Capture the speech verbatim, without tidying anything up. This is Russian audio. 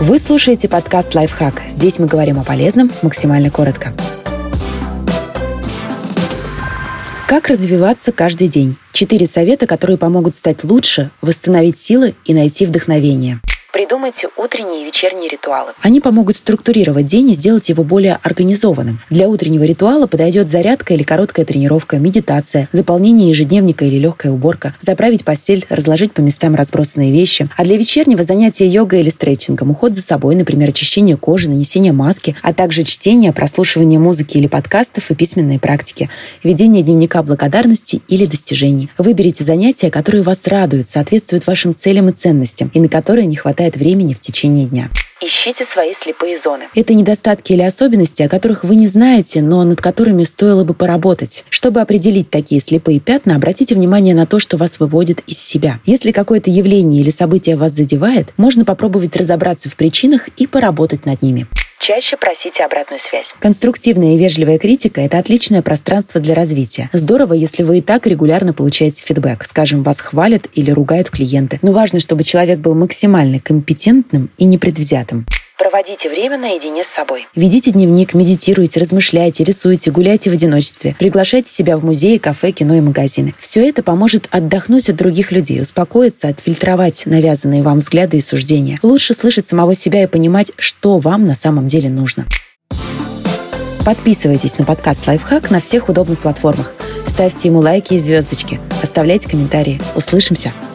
Вы слушаете подкаст «Лайфхак». Здесь мы говорим о полезном максимально коротко. Как развиваться каждый день? Четыре совета, которые помогут стать лучше, восстановить силы и найти вдохновение. Придумайте утренние и вечерние ритуалы. Они помогут структурировать день и сделать его более организованным. Для утреннего ритуала подойдет зарядка или короткая тренировка, медитация, заполнение ежедневника или легкая уборка, заправить постель, разложить по местам разбросанные вещи. А для вечернего занятия йогой или стретчингом, уход за собой, например, очищение кожи, нанесение маски, а также чтение, прослушивание музыки или подкастов и письменные практики, ведение дневника благодарности или достижений. Выберите занятия, которые вас радуют, соответствуют вашим целям и ценностям, и на которые не хватает времени в течение дня. Ищите свои слепые зоны. Это недостатки или особенности, о которых вы не знаете, но над которыми стоило бы поработать. Чтобы определить такие слепые пятна, обратите внимание на то, что вас выводит из себя. Если какое-то явление или событие вас задевает, можно попробовать разобраться в причинах и поработать над ними. Чаще просите обратную связь. Конструктивная и вежливая критика – это отличное пространство для развития. Здорово, если вы и так регулярно получаете фидбэк. Скажем, вас хвалят или ругают клиенты. Но важно, чтобы человек был максимально компетентным и непредвзятым. Проводите время наедине с собой. Ведите дневник, медитируйте, размышляйте, рисуйте, гуляйте в одиночестве. Приглашайте себя в музеи, кафе, кино и магазины. Все это поможет отдохнуть от других людей, успокоиться, отфильтровать навязанные вам взгляды и суждения. Лучше слышать самого себя и понимать, что вам на самом деле нужно. Подписывайтесь на подкаст «Лайфхак» на всех удобных платформах. Ставьте ему лайки и звездочки. Оставляйте комментарии. Услышимся!